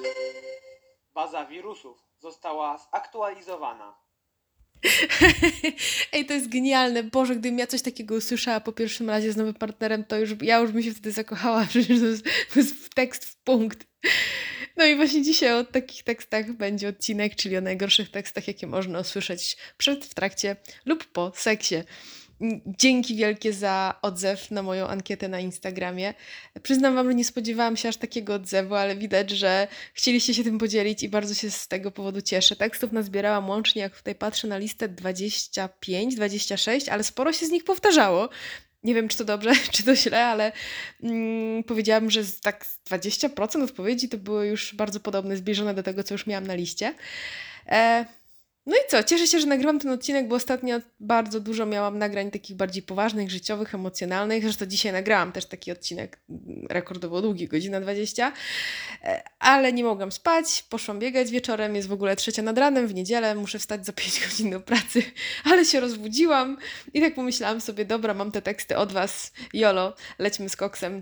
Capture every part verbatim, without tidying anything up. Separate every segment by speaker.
Speaker 1: Baza wirusów została zaktualizowana.
Speaker 2: Ej, to jest genialne. Boże, gdybym ja coś takiego usłyszała po pierwszym razie z nowym partnerem, to już ja już bym się wtedy zakochała. Przecież to jest, to jest tekst w punkt. No i właśnie dzisiaj o takich tekstach będzie odcinek, czyli o najgorszych tekstach, jakie można usłyszeć przed, w trakcie lub po seksie. Dzięki wielkie za odzew na moją ankietę na Instagramie. Przyznam wam, że nie spodziewałam się aż takiego odzewu, ale widać, że chcieliście się tym podzielić i bardzo się z tego powodu cieszę. Tekstów nazbierałam łącznie, jak tutaj patrzę na listę, dwadzieścia pięć, dwadzieścia sześć, ale sporo się z nich powtarzało. Nie wiem, czy to dobrze, czy to źle, ale mm, powiedziałabym, że z tak dwadzieścia procent odpowiedzi to były już bardzo podobne, zbliżone do tego, co już miałam na liście. E, no i co? Cieszę się, że nagrywam ten odcinek, bo ostatnio bardzo dużo miałam nagrań takich bardziej poważnych, życiowych, emocjonalnych. Zresztą dzisiaj nagrałam też taki odcinek rekordowo długi, godzina dwadzieścia. E, Ale nie mogłam spać, poszłam biegać wieczorem, jest w ogóle trzecia nad ranem, w niedzielę, muszę wstać za pięć godzin do pracy, ale się rozbudziłam i tak pomyślałam sobie, dobra, mam te teksty od was, jolo, lećmy z koksem.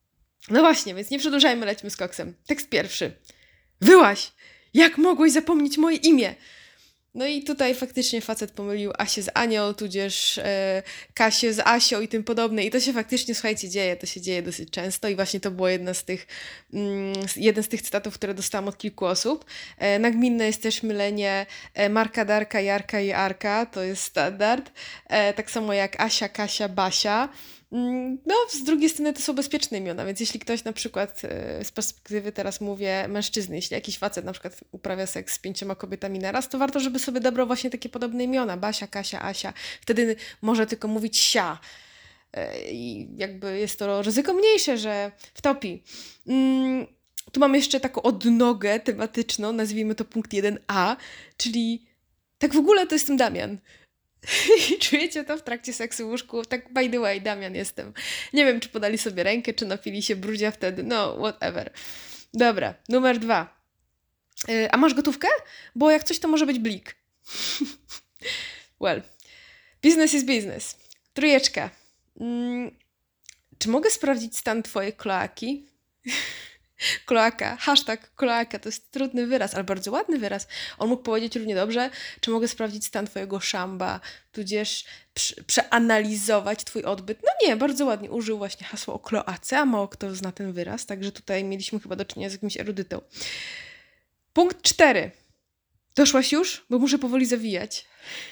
Speaker 2: No właśnie, więc nie przedłużajmy, lećmy z koksem. Tekst pierwszy. Wyłaś! Jak mogłeś zapomnieć moje imię? No i tutaj faktycznie facet pomylił Asię z Anią, tudzież e, Kasię z Asią i tym podobne. I to się faktycznie, słuchajcie, dzieje. To się dzieje dosyć często i właśnie to było jedna z tych, mm, jeden z tych cytatów, które dostałam od kilku osób. E, nagminne jest też mylenie e, Marka, Darka, Jarka i Arka. To jest standard. E, tak samo jak Asia, Kasia, Basia. No, z drugiej strony to są bezpieczne imiona, więc jeśli ktoś na przykład e, z perspektywy teraz mówię mężczyzny, jeśli jakiś facet na przykład uprawia seks z pięcioma kobietami naraz, to warto, żeby sobie dobrał właśnie takie podobne imiona. Basia, Kasia, Asia. Wtedy może tylko mówić sia. E, I jakby jest to ryzyko mniejsze, że wtopi. Mm, tu mam jeszcze taką odnogę tematyczną, nazwijmy to punkt jeden a, czyli tak w ogóle to jestem Damian. I czujecie to w trakcie seksu w łóżku? Tak by the way, Damian jestem. Nie wiem, czy podali sobie rękę, czy napili się brudzia wtedy. No, whatever. Dobra, numer dwa. Yy, a masz gotówkę? Bo jak coś, to może być blik. Well, business is business. Trójeczka. Mm, czy mogę sprawdzić stan twojej kloaki? Kloaka, hashtag kloaka, to jest trudny wyraz, ale bardzo ładny wyraz. On mógł powiedzieć równie dobrze, czy mogę sprawdzić stan twojego szamba, tudzież prze- przeanalizować twój odbyt. No nie, bardzo ładnie użył właśnie hasła o kloace, a mało kto zna ten wyraz, także tutaj mieliśmy chyba do czynienia z jakimś erudytą. Punkt cztery. Doszłaś już? Bo muszę powoli zawijać.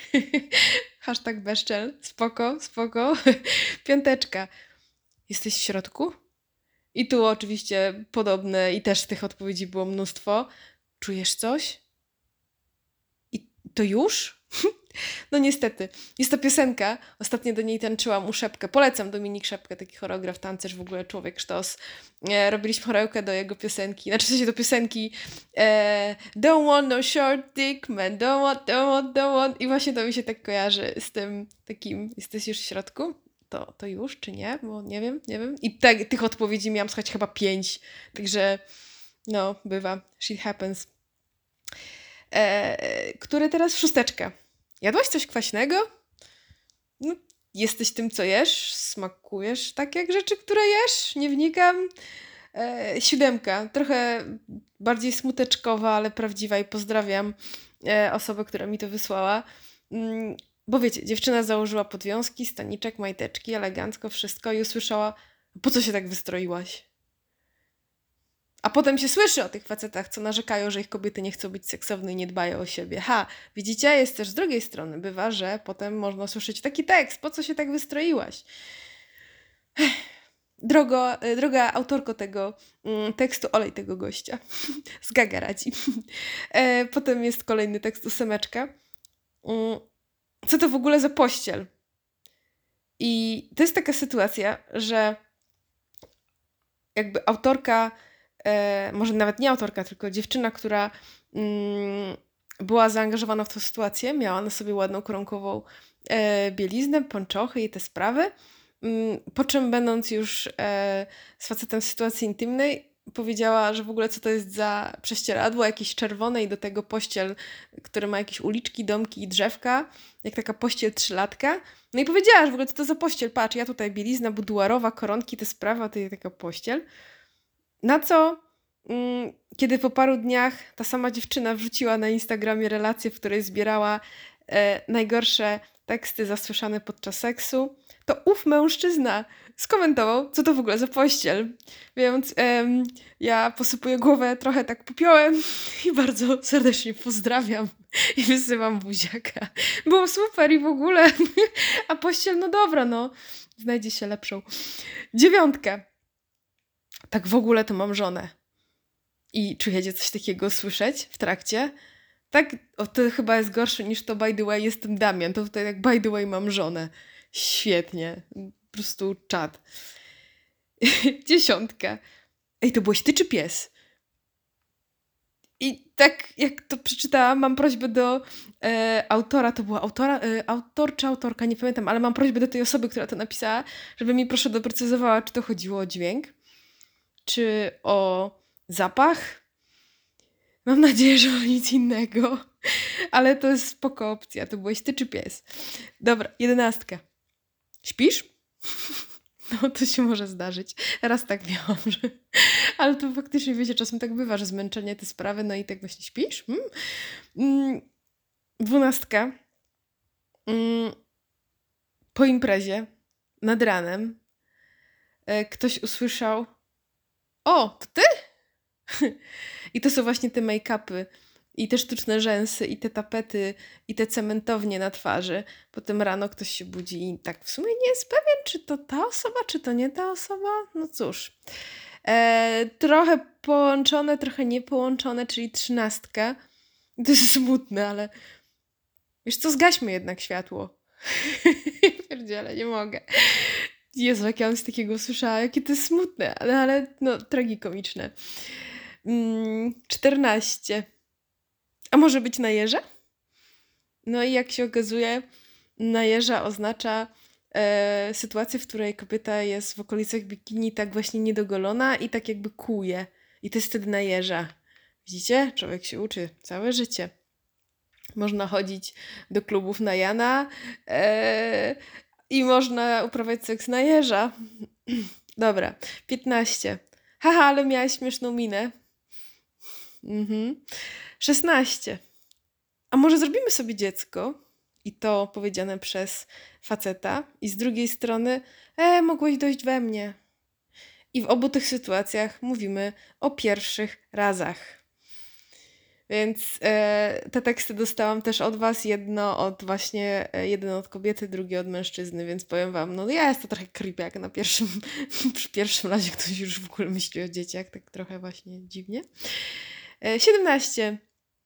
Speaker 2: Hashtag bezczel. Spoko, spoko. Piąteczka. Jesteś w środku? I tu oczywiście podobne i też tych odpowiedzi było mnóstwo. Czujesz coś? I to już? No niestety. Jest to piosenka. Ostatnio do niej tańczyłam u Szepkę. Polecam Dominik Szepkę, taki choreograf, tancerz, w ogóle człowiek sztos. E, robiliśmy choreokę do jego piosenki. Znaczy w sensie do piosenki e, Don't want no short dick man, don't want, don't want, don't want. I właśnie to mi się tak kojarzy z tym takim, jesteś już w środku? To, to już, czy nie? Bo nie wiem, nie wiem. I tak, tych odpowiedzi miałam słuchać chyba pięć. Także no, bywa. Shit happens. E, które teraz szósteczka. Jadłaś coś kwaśnego? No, jesteś tym, co jesz? Smakujesz tak jak rzeczy, które jesz? Nie wnikam. E, siódemka. Trochę bardziej smuteczkowa, ale prawdziwa i pozdrawiam e, osobę, która mi to wysłała. Mm, bo wiecie, dziewczyna założyła podwiązki, staniczek, majteczki, elegancko wszystko i usłyszała, po co się tak wystroiłaś? A potem się słyszy o tych facetach, co narzekają, że ich kobiety nie chcą być seksowne i nie dbają o siebie. Ha, widzicie, jest też z drugiej strony. Bywa, że potem można słyszeć taki tekst, po co się tak wystroiłaś? Drogo, e, droga autorko tego mm, tekstu, olej tego gościa. Z gaga radzi. E, potem jest kolejny tekst ósemeczka. Mm, co to w ogóle za pościel? I to jest taka sytuacja, że jakby autorka, e, może nawet nie autorka, tylko dziewczyna, która mm, była zaangażowana w tę sytuację, miała na sobie ładną koronkową e, bieliznę, pończochy i te sprawy, mm, po czym będąc już e, z facetem w sytuacji intymnej, powiedziała, że w ogóle co to jest za prześcieradło, jakieś czerwone i do tego pościel, który ma jakieś uliczki, domki i drzewka, jak taka pościel trzylatka. No i powiedziała, że w ogóle co to za pościel, patrz, ja tutaj bielizna buduarowa, koronki, te sprawy, a ty taka pościel. Na co Mm, Kiedy po paru dniach ta sama dziewczyna wrzuciła na Instagramie relację, w której zbierała e, najgorsze teksty zasłyszane podczas seksu, to ów mężczyzna skomentował, co to w ogóle za pościel. Więc em, ja posypuję głowę trochę tak popiołem i bardzo serdecznie pozdrawiam i wysyłam buziaka. Było super i w ogóle. A pościel, no dobra, no. Znajdzie się lepszą. Dziewiątkę. Tak w ogóle to mam żonę. I czujecie coś takiego słyszeć w trakcie? Tak, o, to chyba jest gorsze niż to by the way jestem Damian. To tutaj jak by the way mam żonę. Świetnie. Po prostu czad. Dziesiątka. Ej, to byłeś ty czy pies? I tak jak to przeczytałam, mam prośbę do e, autora, to była autora, e, autor czy autorka, nie pamiętam, ale mam prośbę do tej osoby, która to napisała, żeby mi proszę doprecyzowała, czy to chodziło o dźwięk, czy o zapach. Mam nadzieję, że o nic innego, ale to jest spoko opcja. To byłeś ty czy pies? Dobra, jedenastka. Śpisz? No to się może zdarzyć. Raz tak miałam, że... Ale to faktycznie, wiecie, czasem tak bywa, że zmęczenie te sprawy, no i tak właśnie śpisz? Hmm? Mm, Dwunastka. Mm, Po imprezie, nad ranem, e, ktoś usłyszał: o, to ty? I to są właśnie te make-upy, i te sztuczne rzęsy, i te tapety, i te cementownie na twarzy. Potem rano ktoś się budzi i tak w sumie nie jest pewien, czy to ta osoba, czy to nie ta osoba. No cóż. E, trochę połączone, trochę niepołączone, czyli trzynastka. To jest smutne, ale wiesz co, zgaśmy jednak światło. Pierdziele, nie mogę. Jezu, jak ja bym z takiego słyszała, jakie to jest smutne, ale, ale no, tragikomiczne. Mm, czternaście. A może być na jeża? No i jak się okazuje, na jeża oznacza e, sytuację, w której kobieta jest w okolicach bikini tak właśnie niedogolona i tak jakby kłuje. I to jest wtedy na jeża. Widzicie? Człowiek się uczy całe życie. Można chodzić do klubów na Jana e, i można uprawiać seks na jeża. Dobra, piętnaście. Haha, ale miałaś śmieszną minę. Mhm. szesnaście. A może zrobimy sobie dziecko? I to powiedziane przez faceta. I z drugiej strony, e, mogłeś dojść we mnie. I w obu tych sytuacjach mówimy o pierwszych razach. Więc e, te teksty dostałam też od was. Jedno od właśnie, e, jeden od kobiety, drugie od mężczyzny. Więc powiem wam, no ja jest to trochę creepy, jak na pierwszym, przy pierwszym razie ktoś już w ogóle myśli o dzieciach. Tak trochę właśnie dziwnie. E, siedemnaście.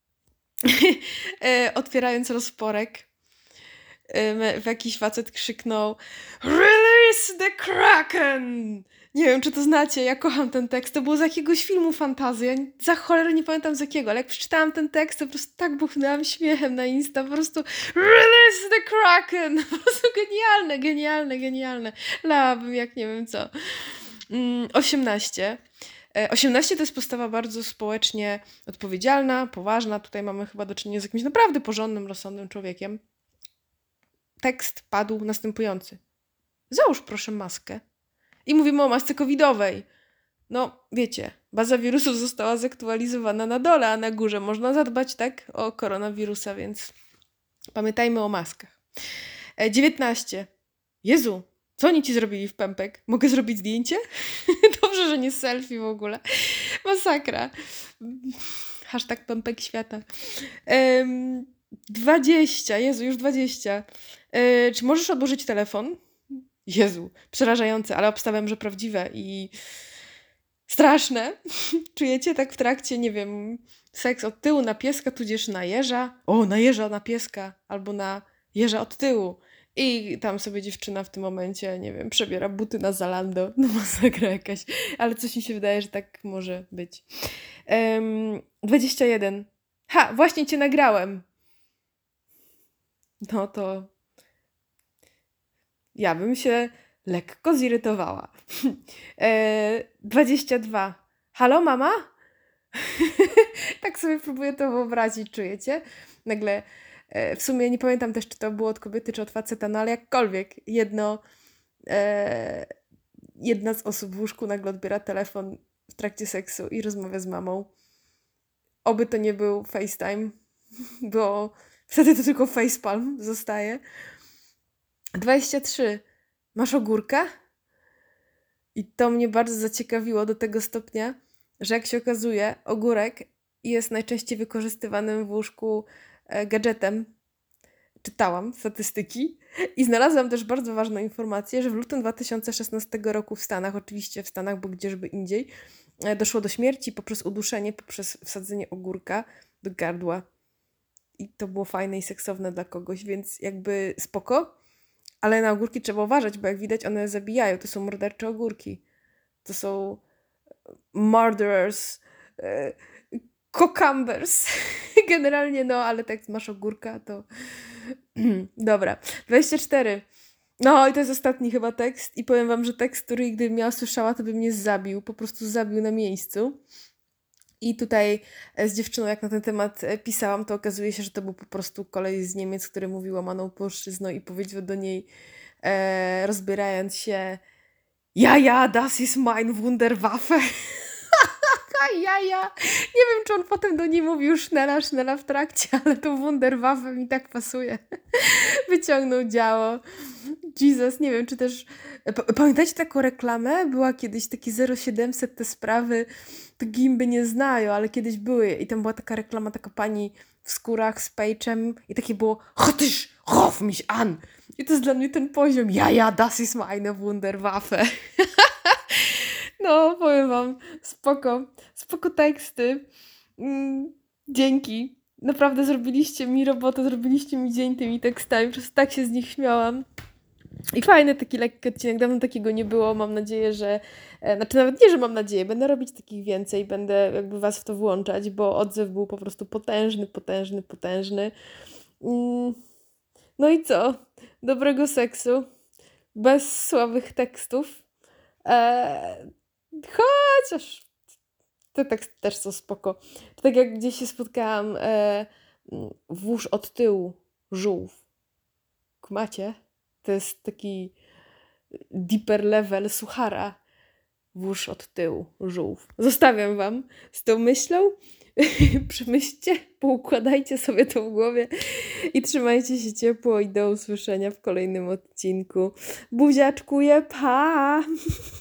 Speaker 2: e, otwierając rozporek, e, jakiś facet krzyknął: Release the Kraken! Nie wiem, czy to znacie, ja kocham ten tekst. To było z jakiegoś filmu fantasy. Ja za cholerę nie pamiętam z jakiego, ale jak przeczytałam ten tekst, to po prostu tak buchnęłam śmiechem na Insta. Po prostu Release the Kraken! Po prostu genialne, genialne, genialne. Lałabym jak nie wiem co. Mm, osiemnaście. osiemnaście to jest postawa bardzo społecznie odpowiedzialna, poważna. Tutaj mamy chyba do czynienia z jakimś naprawdę porządnym, rozsądnym człowiekiem. Tekst padł następujący: załóż proszę maskę. I mówimy o masce covidowej. No, wiecie, baza wirusów została zaktualizowana na dole, a na górze można zadbać, tak, o koronawirusa, więc pamiętajmy o maskach. E, dziewiętnaście. Jezu, co oni ci zrobili w pępek? Mogę zrobić zdjęcie? Dobrze, że nie selfie w ogóle. Masakra. Hashtag pępek świata. Ehm, dwadzieścia. Jezu, już dwadzieścia. E, czy możesz odłożyć telefon? Jezu, przerażające, ale obstawiam, że prawdziwe i straszne. Czujecie tak w trakcie, nie wiem, seks od tyłu na pieska, tudzież na jeża? O, na jeża, na pieska, albo na jeża od tyłu. I tam sobie dziewczyna w tym momencie, nie wiem, przebiera buty na Zalando. No masakra jakaś. Ale coś mi się wydaje, że tak może być. Um, dwadzieścia jeden. Ha, właśnie cię nagrałem. No to ja bym się lekko zirytowała. e, dwadzieścia dwa. Halo, mama? Tak sobie próbuję to wyobrazić, czujecie? Nagle, e, w sumie nie pamiętam też, czy to było od kobiety, czy od faceta, no ale jakkolwiek, jedno, e, jedna z osób w łóżku nagle odbiera telefon w trakcie seksu i rozmawia z mamą. Oby to nie był FaceTime, bo wtedy to tylko facepalm zostaje. dwadzieścia trzy. Masz ogórka? I to mnie bardzo zaciekawiło do tego stopnia, że jak się okazuje, ogórek jest najczęściej wykorzystywanym w łóżku e, gadżetem. Czytałam statystyki i znalazłam też bardzo ważną informację, że w lutym dwa tysiące szesnastego roku w Stanach, oczywiście w Stanach, bo gdzieżby indziej, e, doszło do śmierci poprzez uduszenie, poprzez wsadzenie ogórka do gardła. I to było fajne i seksowne dla kogoś, więc jakby spoko. Ale na ogórki trzeba uważać, bo jak widać one zabijają. To są mordercze ogórki. To są murderers, e, cucumbers. Generalnie no, ale tak masz ogórka, to... Dobra. dwadzieścia cztery. No i to jest ostatni chyba tekst i powiem wam, że tekst, który gdybym miała słyszała, to by mnie zabił. Po prostu zabił na miejscu. I tutaj z dziewczyną, jak na ten temat pisałam, to okazuje się, że to był po prostu koleś z Niemiec, który mówił łamaną polszczyzną i powiedział do niej, e, rozbierając się: Ja, ja, das ist mein Wunderwaffe. ja, ja. Nie wiem, czy on potem do niej mówił sznela, sznela w trakcie, ale to Wunderwaffe mi tak pasuje. Wyciągnął działo. Jesus, nie wiem, czy też... P- Pamiętacie taką reklamę? Była kiedyś taki zero siedemset, te sprawy to gimby nie znają, ale kiedyś były i tam była taka reklama, taka pani w skórach z pejczem i takie było: Chotysz, ruf mich an! I to jest dla mnie ten poziom. Ja, ja, das ist meine Wunderwaffe. No, powiem wam, spoko, spoko teksty. Mm, dzięki. Naprawdę zrobiliście mi robotę, zrobiliście mi dzień tymi tekstami, po prostu tak się z nich śmiałam. I fajny taki lekki odcinek, dawno takiego nie było, mam nadzieję, że, e, znaczy nawet nie, że mam nadzieję, będę robić takich więcej, będę jakby was w to włączać, bo odzew był po prostu potężny, potężny, potężny. Mm, no i co? Dobrego seksu, bez słabych tekstów, e, chociaż te teksty też są spoko. To tak jak gdzieś się spotkałam, e, włóż od tyłu żółw. Kumacie? To jest taki deeper level suchara. Włóż od tyłu żółw. Zostawiam wam z tą myślą. Przemyślcie, poukładajcie sobie to w głowie i trzymajcie się ciepło i do usłyszenia w kolejnym odcinku. Buziaczkuję, pa!